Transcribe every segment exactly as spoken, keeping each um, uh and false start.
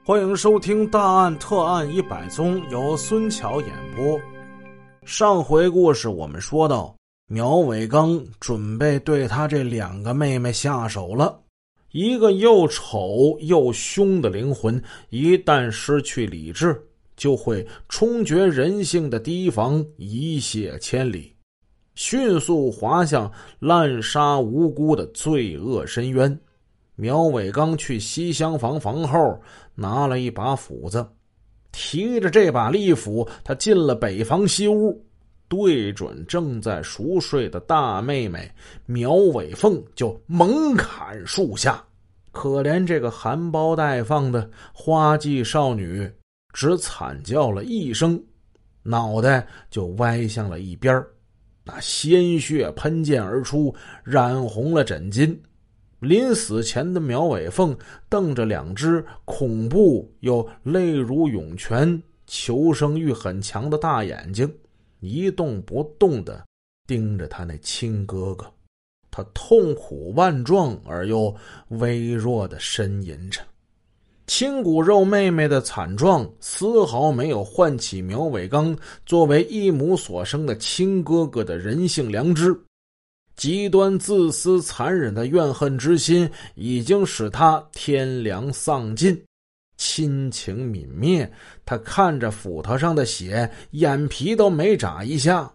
欢迎收听大案特案一百宗，由孙桥演播。上回故事我们说到，苗伟刚准备对他这两个妹妹下手了。一个又丑又凶的灵魂，一旦失去理智，就会冲决人性的堤防，一泻千里，迅速滑向滥杀无辜的罪恶深渊。苗伟刚去西厢房房后拿了一把斧子，提着这把利斧，他进了北房西屋，对准正在熟睡的大妹妹苗伟凤就猛砍数下。可怜这个含苞待放的花季少女只惨叫了一声，脑袋就歪向了一边，那鲜血喷溅而出，染红了枕巾。临死前的苗伟凤瞪着两只恐怖又泪如涌泉、求生欲很强的大眼睛，一动不动地盯着他那亲哥哥。他痛苦万状而又微弱地呻吟着。亲骨肉妹妹的惨状丝毫没有唤起苗伟刚作为一母所生的亲哥哥的人性良知。极端自私残忍的怨恨之心已经使他天良丧尽，亲情泯灭。他看着斧头上的血，眼皮都没眨一下。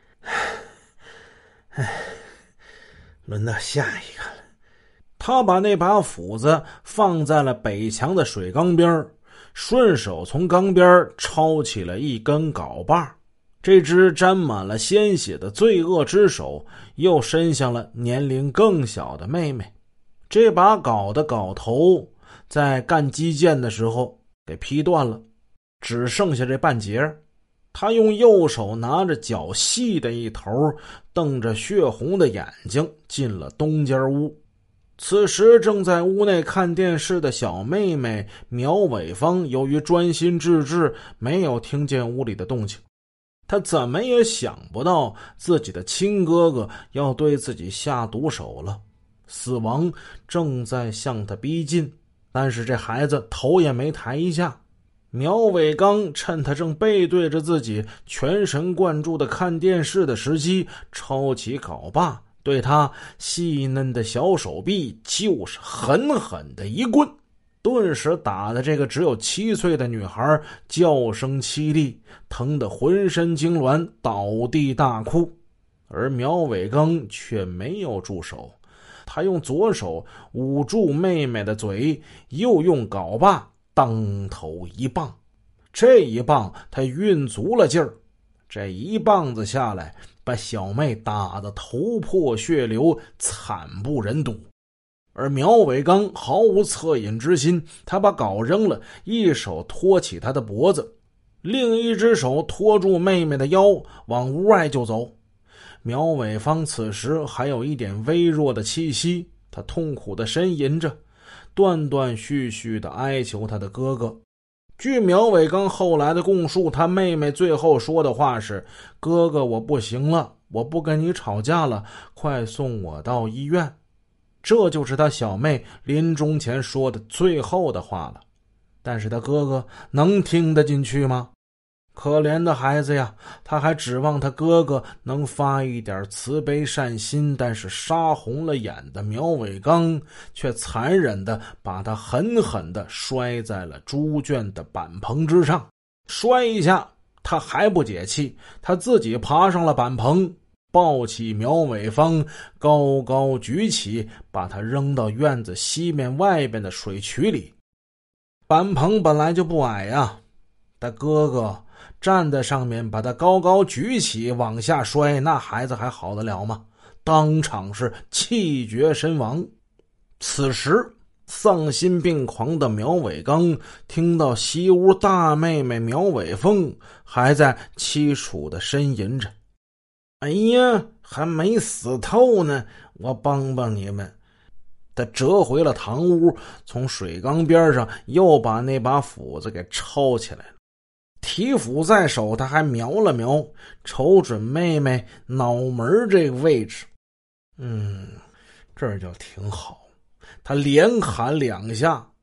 唉，轮到下一个了。他把那把斧子放在了北墙的水缸边，顺手从缸边抄起了一根镐把。这只沾满了鲜血的罪恶之手又伸向了年龄更小的妹妹。这把镐的镐头在干击剑的时候给劈断了，只剩下这半截。他用右手拿着较细的一头，瞪着血红的眼睛进了东间屋。此时正在屋内看电视的小妹妹苗伟芳由于专心致志，没有听见屋里的动静。他怎么也想不到自己的亲哥哥要对自己下毒手了，死亡正在向他逼近，但是这孩子头也没抬一下。苗伟刚趁他正背对着自己全神贯注的看电视的时机，抄起镐把，对他细嫩的小手臂就是狠狠的一棍，顿时打的这个只有七岁的女孩叫声凄厉，疼得浑身痉挛，倒地大哭。而苗伟刚却没有住手，他用左手捂住妹妹的嘴，又用镐把当头一棒。这一棒他运足了劲儿，这一棒子下来，把小妹打得头破血流，惨不忍睹。而苗伟刚毫无恻隐之心，他把镐扔了，一手托起他的脖子，另一只手托住妹妹的腰，往屋外就走。苗伟芳此时还有一点微弱的气息，他痛苦地呻吟着，断断续续地哀求他的哥哥。据苗伟刚后来的供述，他妹妹最后说的话是：哥哥，我不行了，我不跟你吵架了，快送我到医院。这就是他小妹临终前说的最后的话了。但是他哥哥能听得进去吗？可怜的孩子呀，他还指望他哥哥能发一点慈悲善心，但是杀红了眼的苗伟刚却残忍地把他狠狠地摔在了猪圈的板棚之上。摔一下他还不解气，他自己爬上了板棚，抱起苗伟芳，高高举起，把他扔到院子西面外边的水渠里。板棚本来就不矮呀，他哥哥站在上面把他高高举起，往下摔，那孩子还好得了吗？当场是气绝身亡。此时丧心病狂的苗伟刚听到西屋大妹妹苗伟凤还在凄楚地呻吟着：哎呀，还没死透呢，我帮帮你们。他折回了堂屋，从水缸边上又把那把斧子给抄起来了。提斧在手，他还瞄了瞄，瞅准妹妹脑门这个位置。嗯，这儿就挺好。他连喊两下，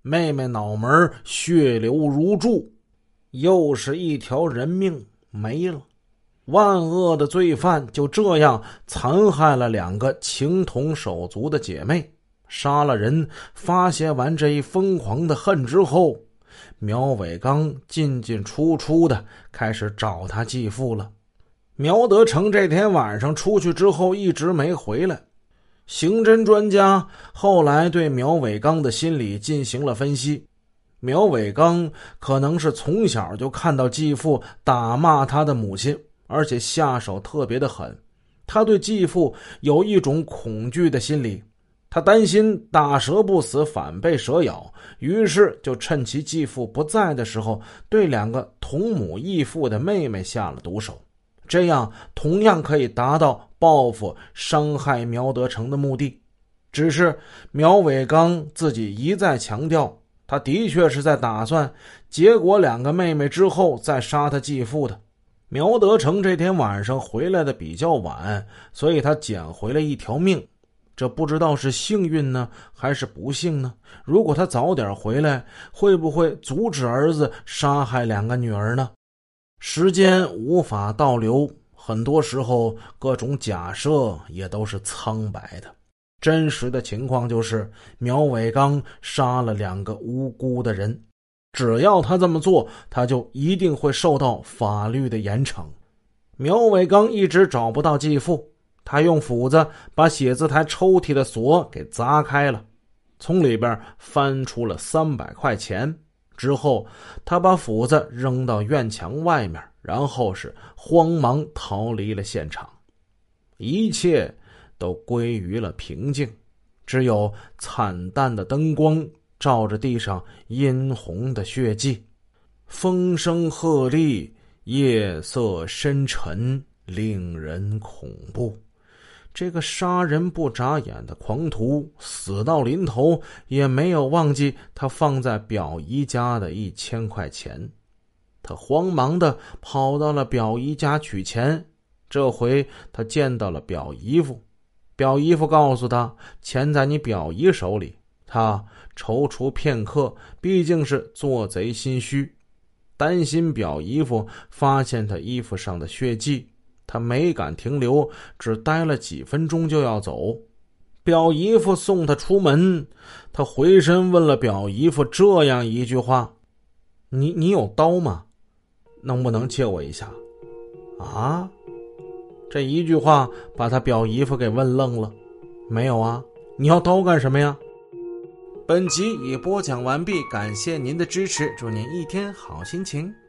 妹妹脑门血流如注，又是一条人命没了。万恶的罪犯就这样残害了两个情同手足的姐妹，杀了人，发泄完这一疯狂的恨之后，苗伟刚进进出出的开始找他继父了。苗德成这天晚上出去之后一直没回来，刑侦专家后来对苗伟刚的心理进行了分析。苗伟刚可能是从小就看到继父打骂他的母亲，而且下手特别的狠，他对继父有一种恐惧的心理，他担心打蛇不死反被蛇咬，于是就趁其继父不在的时候对两个同母异父的妹妹下了毒手，这样同样可以达到报复伤害苗德成的目的。只是苗伟刚自己一再强调，他的确是在打算结果两个妹妹之后再杀他继父的。苗德成这天晚上回来的比较晚，所以他捡回了一条命，这不知道是幸运呢还是不幸呢？如果他早点回来，会不会阻止儿子杀害两个女儿呢？时间无法倒流，很多时候各种假设也都是苍白的。真实的情况就是苗伟刚杀了两个无辜的人，只要他这么做，他就一定会受到法律的严惩。苗伟刚一直找不到继父，他用斧子把写字台抽屉的锁给砸开了，从里边翻出了三百块钱。之后他把斧子扔到院墙外面，然后是慌忙逃离了现场。一切都归于了平静，只有惨淡的灯光照着地上殷红的血迹，风声鹤唳，夜色深沉，令人恐怖。这个杀人不眨眼的狂徒死到临头也没有忘记他放在表姨家的一千块钱，他慌忙地跑到了表姨家取钱。这回他见到了表姨夫，表姨夫告诉他钱在你表姨手里。他踌躇片刻，毕竟是做贼心虚，担心表姨夫发现他衣服上的血迹，他没敢停留，只待了几分钟就要走。表姨夫送他出门，他回身问了表姨夫这样一句话：你你有刀吗？能不能借我一下？啊？这一句话把他表姨夫给问愣了。没有啊，你要刀干什么呀？本集已播讲完毕，感谢您的支持，祝您一天好心情。